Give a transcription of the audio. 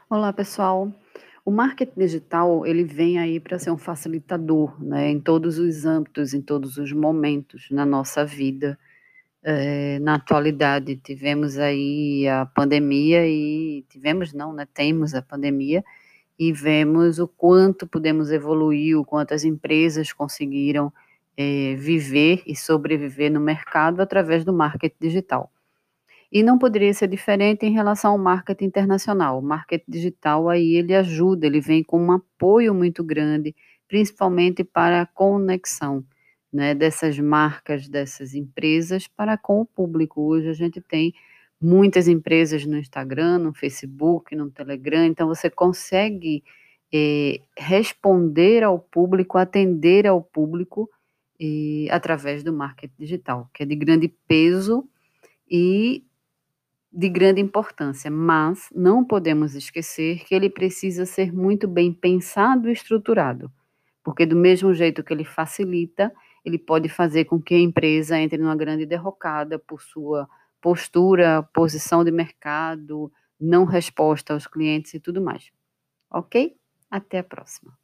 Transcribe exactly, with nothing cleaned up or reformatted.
Olá, pessoal. O marketing digital, ele vem aí para ser um facilitador, né, em todos os âmbitos, em todos os momentos na nossa vida. Eh, na atualidade, tivemos aí a pandemia e tivemos não, né, temos a pandemia e vemos o quanto podemos evoluir, o quanto as empresas conseguiram, eh, viver e sobreviver no mercado através do marketing digital. E não poderia ser diferente em relação ao marketing internacional. O marketing digital aí ele ajuda, ele vem com um apoio muito grande, principalmente para a conexão, né, dessas marcas, dessas empresas para com o público. Hoje a gente tem muitas empresas no Instagram, no Facebook, no Telegram, então você consegue, eh, responder ao público, atender ao público, eh, através do marketing digital, que é de grande peso e de grande importância, mas não podemos esquecer que ele precisa ser muito bem pensado e estruturado, porque do mesmo jeito que ele facilita, ele pode fazer com que a empresa entre numa grande derrocada por sua postura, posição de mercado, não resposta aos clientes e tudo mais. Ok? Até a próxima.